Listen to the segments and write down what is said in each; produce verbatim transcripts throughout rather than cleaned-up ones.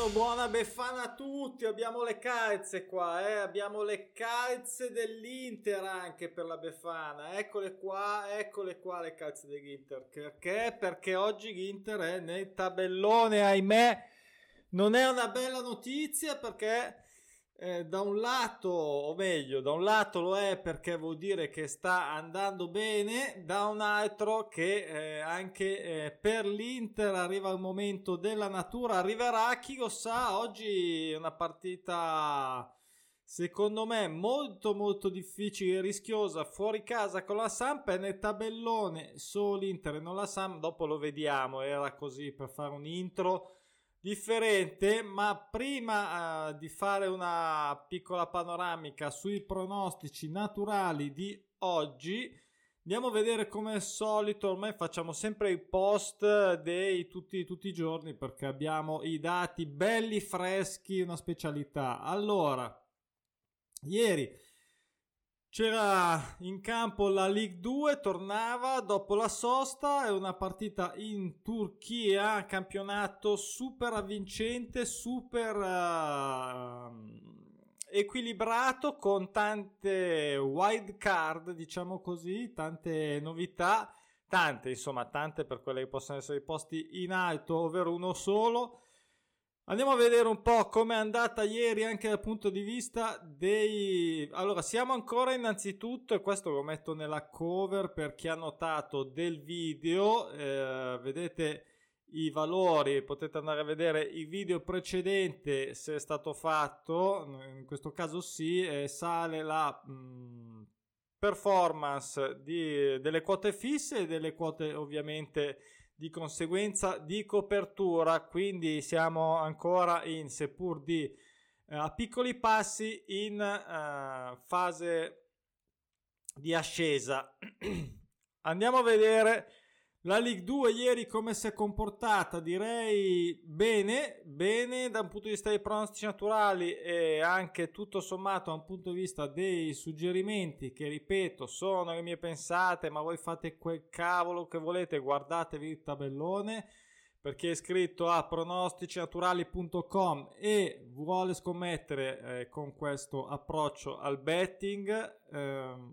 buona Befana a tutti, abbiamo le calze qua, eh? Abbiamo le calze dell'Inter anche per la Befana, eccole qua, eccole qua le calze dell'Inter, perché? Perché oggi l'Inter è nel tabellone, ahimè, non è una bella notizia perché eh, da un lato, o meglio, da un lato lo è perché vuol dire che sta andando bene, da un altro che eh, anche eh, per l'Inter arriva il momento della natura, arriverà, chi lo sa, oggi è una partita secondo me molto molto difficile e rischiosa fuori casa con la Samp, è nel tabellone solo l'Inter e non la Samp, dopo lo vediamo, era così per fare un intro differente, ma prima uh, di fare una piccola panoramica sui pronostici naturali di oggi, andiamo a vedere come al solito. Ormai facciamo sempre il post dei tutti, tutti i giorni perché abbiamo i dati belli freschi, una specialità. Allora, ieri c'era in campo la Ligue due, tornava dopo la sosta, è una partita in Turchia, campionato super avvincente, super uh, equilibrato, con tante wild card, diciamo così, tante novità, tante insomma, tante per quelle che possono essere i posti in alto, ovvero uno solo. Andiamo a vedere un po' com'è andata ieri anche dal punto di vista dei... Allora, siamo ancora innanzitutto, e questo lo metto nella cover per chi ha notato del video, eh, vedete i valori, potete andare a vedere il video precedente se è stato fatto, in questo caso sì, eh, sale la mh, performance di, delle quote fisse e delle quote ovviamente di conseguenza di copertura, quindi siamo ancora in, seppur di eh, a piccoli passi, in eh, fase di ascesa. Andiamo a vedere la Ligue due ieri come si è comportata. Direi bene, bene da un punto di vista dei pronostici naturali e anche tutto sommato da un punto di vista dei suggerimenti che, ripeto, sono le mie pensate, ma voi fate quel cavolo che volete, guardatevi il tabellone per chi è iscritto a pronostici naturali punto com e vuole scommettere eh, con questo approccio al betting. ehm,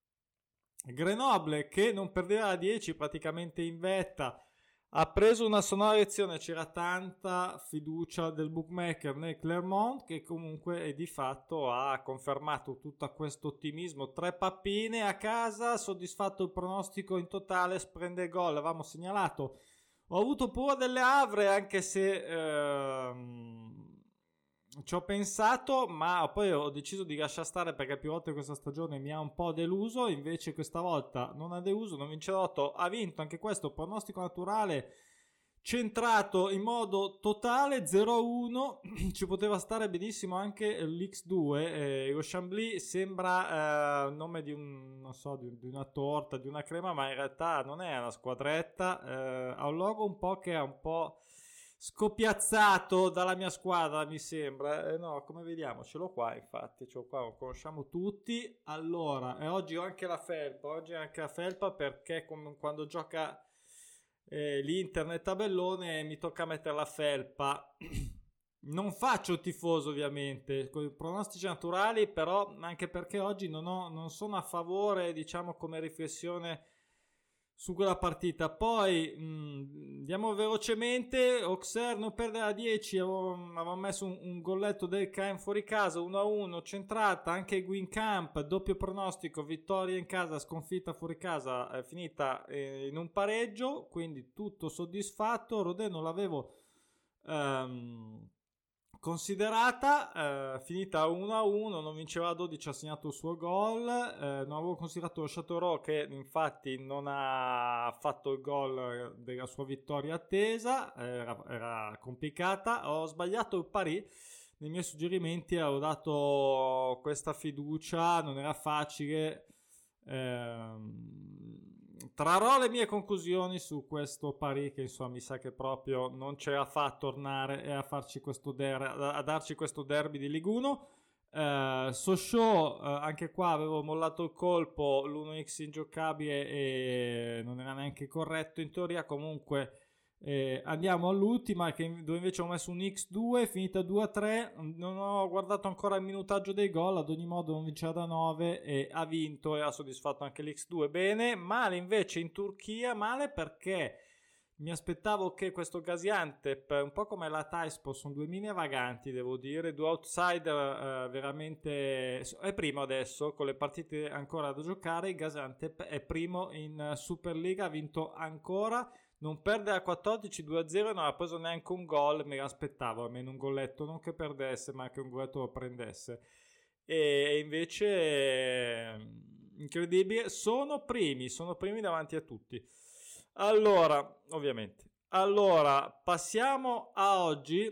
Grenoble, che non perdeva la dieci praticamente in vetta, ha preso una sonora lezione. C'era tanta fiducia del bookmaker nel Clermont, che comunque di fatto ha confermato tutto questo ottimismo. Tre pappine a casa, soddisfatto il pronostico in totale, prende gol, avevamo segnalato. Ho avuto paura delle Havre, anche se ehm, ci ho pensato, ma poi ho deciso di lasciar stare perché più volte questa stagione mi ha un po' deluso. Invece questa volta non ha deluso, non vince l'otto, ha vinto anche questo pronostico naturale centrato in modo totale zero a uno. Ci poteva stare benissimo anche l'X due. eh, lo Chambly sembra eh, il nome di un, non so, di, di una torta, di una crema, ma in realtà non è una squadretta. eh, ha un logo un po' che è un po' scopiazzato dalla mia squadra, mi sembra. Eh, no, come vediamo, ce l'ho qua, infatti, ce l'ho qua, lo conosciamo tutti. Allora, e oggi ho anche la felpa, oggi ho anche la felpa perché come quando gioca eh, l'Inter nel tabellone mi tocca mettere la felpa. Non faccio tifoso ovviamente con i pronostici naturali, però anche perché oggi non, ho, non sono a favore, diciamo, come riflessione su quella partita. Poi mh, andiamo velocemente. Auxerre non perde la dieci, avevo, avevo messo un, un golletto del Caen fuori casa uno a uno, centrata anche Guingamp, doppio pronostico, vittoria in casa, sconfitta fuori casa, è finita eh, in un pareggio, quindi tutto soddisfatto. Rodè non l'avevo ehm, considerata, eh, finita uno a uno, non vinceva a dodici, ha segnato il suo gol. eh, non avevo considerato lo Châteauroux, che infatti non ha fatto il gol della sua vittoria attesa, era, era complicata. Ho sbagliato il pari nei miei suggerimenti, avevo dato questa fiducia, non era facile. ehm Trarrò le mie conclusioni su questo pari, che insomma mi sa che proprio non ce la fa a tornare e a farci questo der- a darci questo derby di Ligue uno. eh, Sochaux, eh, anche qua avevo mollato il colpo, l'uno x ingiocabile e non era neanche corretto in teoria. Comunque Eh, andiamo all'ultima, che, dove invece ho messo un X due, finita due a tre. Non ho guardato ancora il minutaggio dei gol, ad ogni modo non vinceva da nove e ha vinto e ha soddisfatto anche l'X due. Bene, male invece in Turchia, male perché mi aspettavo che questo Gaziantep, un po' come la Taispor, sono due mine vaganti, devo dire, due outsider eh, veramente. È primo adesso, con le partite ancora da giocare. Il Gaziantep è primo in Superliga, ha vinto ancora, non perde a quattordici, due a zero, e non ha preso neanche un gol. Me l'aspettavo almeno un golletto, non che perdesse, ma che un golletto lo prendesse. E invece, incredibile, sono primi, sono primi davanti a tutti. Allora, ovviamente. Allora, passiamo a oggi.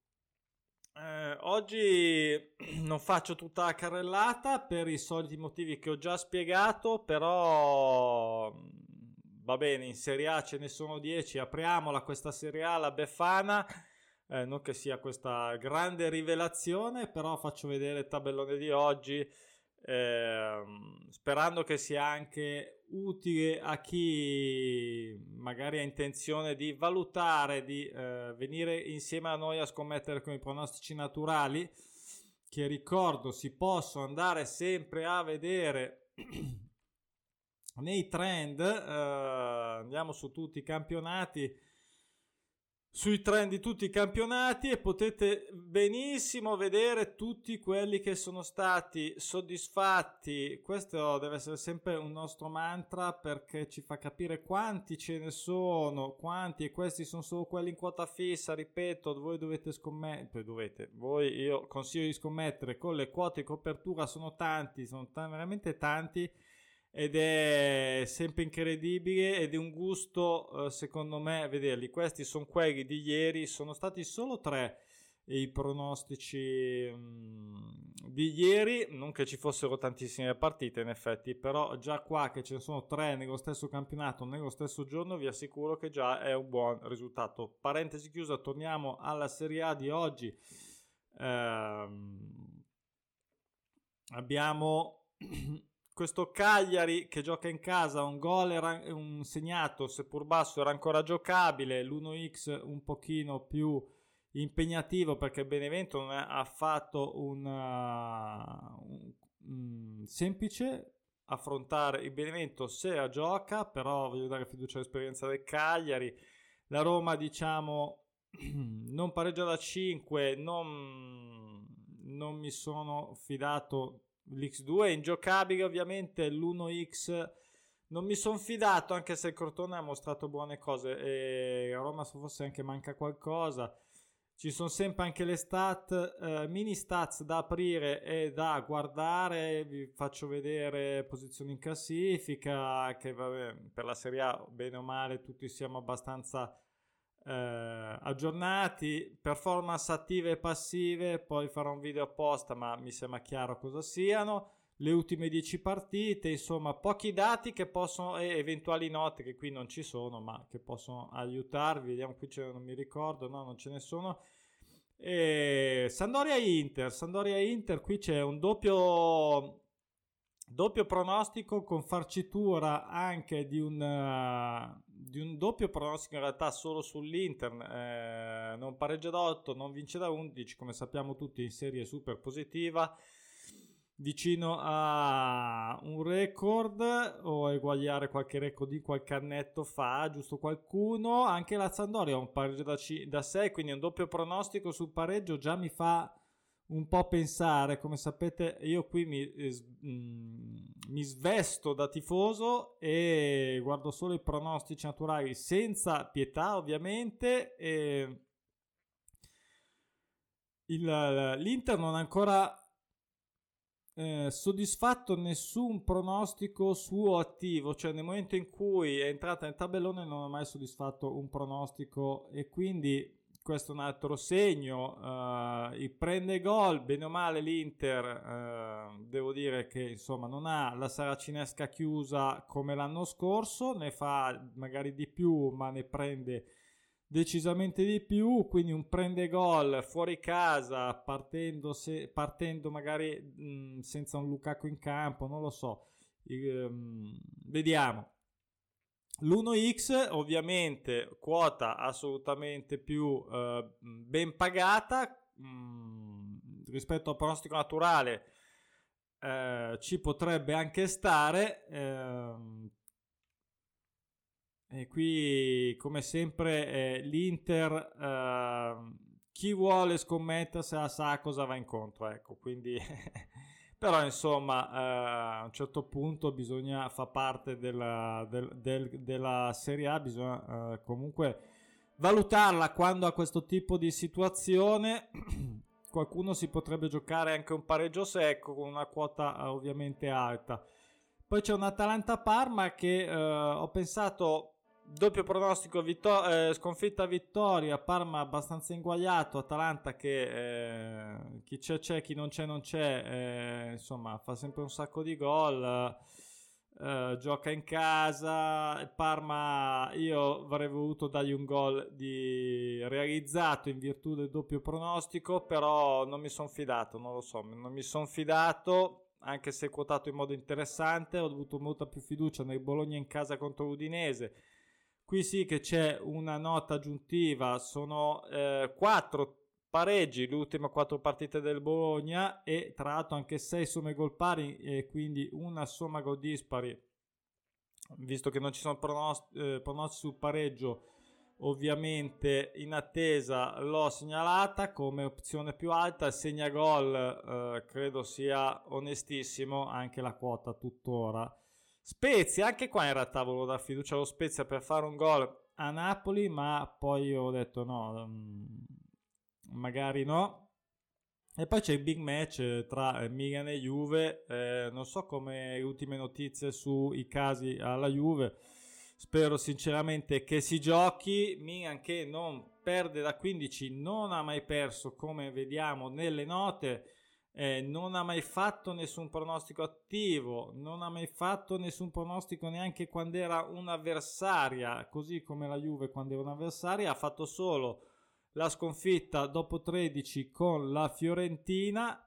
Eh, oggi non faccio tutta la carrellata per i soliti motivi che ho già spiegato, però va bene, in Serie A ce ne sono dieci, apriamola questa Serie A, la Befana. Eh, non che sia questa grande rivelazione, però faccio vedere il tabellone di oggi. Eh, sperando che sia anche utile a chi magari ha intenzione di valutare di eh, venire insieme a noi a scommettere con i pronostici naturali, che ricordo si possono andare sempre a vedere nei trend. Eh, andiamo su tutti i campionati, sui trend di tutti i campionati, e potete benissimo vedere tutti quelli che sono stati soddisfatti. Questo deve essere sempre un nostro mantra, perché ci fa capire quanti ce ne sono, quanti, e questi sono solo quelli in quota fissa. Ripeto, voi dovete scommettere, dovete, voi, io consiglio di scommettere con le quote di copertura, sono tanti, sono t- veramente tanti, ed è sempre incredibile, ed è un gusto eh, secondo me vederli. Questi sono quelli di ieri, sono stati solo tre i pronostici mh, di ieri, non che ci fossero tantissime partite in effetti, però già qua che ce ne sono tre nello stesso campionato nello stesso giorno, vi assicuro che già è un buon risultato. Parentesi chiusa, torniamo alla Serie A di oggi. ehm, abbiamo questo Cagliari che gioca in casa, un gol era un segnato, seppur basso era ancora giocabile, l'uno x un pochino più impegnativo perché Benevento non è affatto un, uh, un, un semplice affrontare il Benevento se la gioca, però voglio dare fiducia all'esperienza del Cagliari. La Roma, diciamo, non pareggia da cinque, non, non mi sono fidato. L'X due è ingiocabile, ovviamente l'uno x non mi sono fidato, anche se il Crotone ha mostrato buone cose e a Roma forse anche manca qualcosa. Ci sono sempre anche le stat, eh, mini stats da aprire e da guardare. Vi faccio vedere posizioni in classifica, che vabbè, per la Serie A bene o male tutti siamo abbastanza eh, aggiornati. Performance attive e passive, poi farò un video apposta, ma mi sembra chiaro cosa siano. Le ultime dieci partite, insomma pochi dati che possono, e eventuali note che qui non ci sono ma che possono aiutarvi. Vediamo, qui c'è, non mi ricordo, no, non ce ne sono. E Sampdoria Inter, Sampdoria Inter, qui c'è un doppio doppio pronostico con farcitura anche di un, uh, di un doppio pronostico in realtà solo sull'Inter. Eh, non pareggia da otto, non vince da undici, come sappiamo tutti in serie super positiva, vicino a un record o eguagliare qualche record di qualche annetto fa, giusto qualcuno. Anche la Sampdoria ha un pareggio da, c- da sei, quindi un doppio pronostico sul pareggio già mi fa un po' pensare. Come sapete io qui mi, eh, mi svesto da tifoso e guardo solo i pronostici naturali senza pietà, ovviamente. E il, l'Inter non ha ancora Eh, soddisfatto nessun pronostico suo attivo, cioè nel momento in cui è entrata nel tabellone non ha mai soddisfatto un pronostico, e quindi questo è un altro segno. Uh, il prende gol bene o male l'Inter, uh, devo dire che insomma non ha la saracinesca chiusa come l'anno scorso, ne fa magari di più ma ne prende decisamente di più, quindi un prende gol fuori casa, partendo, se, partendo magari mh, senza un Lukaku in campo, non lo so. Ehm, vediamo. L'uno X ovviamente quota assolutamente più eh, ben pagata, mh, rispetto al pronostico naturale eh, ci potrebbe anche stare, eh, e qui come sempre eh, l'Inter, eh, chi vuole scommettersela sa cosa va incontro, ecco, quindi però insomma eh, a un certo punto bisogna fa parte della, del, del, della Serie A, bisogna eh, comunque valutarla quando ha questo tipo di situazione. Qualcuno si potrebbe giocare anche un pareggio secco con una quota eh, ovviamente alta. Poi c'è un Atalanta-Parma che eh, ho pensato doppio pronostico vittor- eh, sconfitta vittoria, Parma abbastanza inguagliato, Atalanta che eh, chi c'è c'è, chi non c'è non c'è, eh, insomma fa sempre un sacco di gol, eh, gioca in casa. Parma io avrei voluto dargli un gol di realizzato in virtù del doppio pronostico, però non mi sono fidato, non lo so, non mi sono fidato, anche se quotato in modo interessante. Ho avuto molta più fiducia nel Bologna in casa contro l'Udinese. Qui sì che c'è una nota aggiuntiva, sono eh, quattro pareggi le ultime quattro partite del Bologna e tra l'altro anche sei somme gol pari e quindi una somma gol dispari, visto che non ci sono pronosti, eh, pronostici sul pareggio. Ovviamente in attesa l'ho segnalata come opzione più alta. Il segnagol eh, credo sia onestissimo, anche la quota tuttora. Spezia, anche qua in realtà volevo dare fiducia allo Spezia per fare un gol a Napoli, ma poi ho detto no, magari no. E poi c'è il big match tra Milan e Juve, eh, non so come le ultime notizie sui casi alla Juve, spero sinceramente che si giochi. Milan che non perde da quindici, non ha mai perso come vediamo nelle note. Eh, non ha mai fatto nessun pronostico attivo, non ha mai fatto nessun pronostico neanche quando era un'avversaria, così come la Juve quando era un'avversaria. Ha fatto solo la sconfitta dopo tredici con la Fiorentina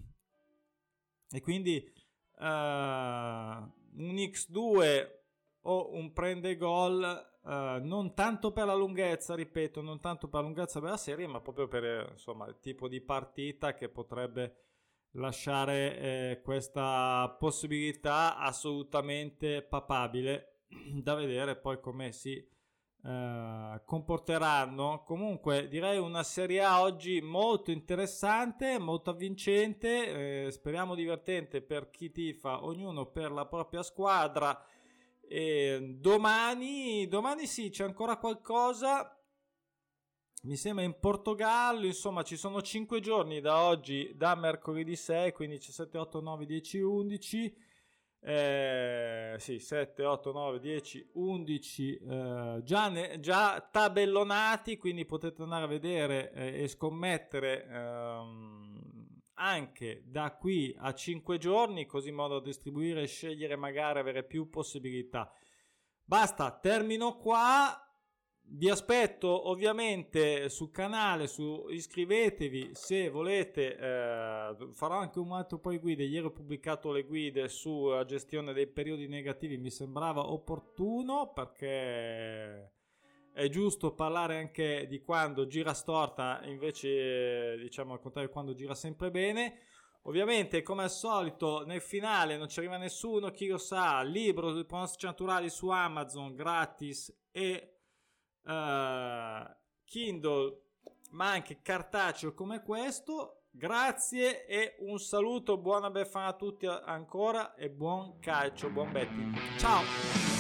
e quindi uh, un X due o un prende gol, uh, non tanto per la lunghezza, ripeto, non tanto per la lunghezza della serie, ma proprio per insomma il tipo di partita che potrebbe lasciare eh, questa possibilità assolutamente papabile da vedere poi come si eh, comporteranno. Comunque direi una Serie A oggi molto interessante, molto avvincente, eh, speriamo divertente per chi tifa, ognuno per la propria squadra. E domani domani sì, c'è ancora qualcosa, mi sembra in Portogallo. Insomma ci sono cinque giorni da oggi, da mercoledì sei, quindi c'è sette, otto, nove, dieci, undici, eh, sì, sette, otto, nove, dieci, undici eh, già, ne, già tabellonati, quindi potete andare a vedere eh, e scommettere ehm, anche da qui a cinque giorni, così in modo da distribuire e scegliere, magari avere più possibilità. Basta, termino qua. Vi aspetto ovviamente sul canale, su, iscrivetevi se volete, eh, farò anche un altro poi guide. Ieri ho pubblicato le guide sulla gestione dei periodi negativi, mi sembrava opportuno perché è giusto parlare anche di quando gira storta, invece diciamo al contrario quando gira sempre bene. Ovviamente come al solito nel finale non ci arriva nessuno, chi lo sa, libro dei pronostici naturali su Amazon gratis e Uh, Kindle, ma anche cartaceo come questo. Grazie e un saluto, buona Befana a tutti ancora e buon calcio, buon betting, ciao.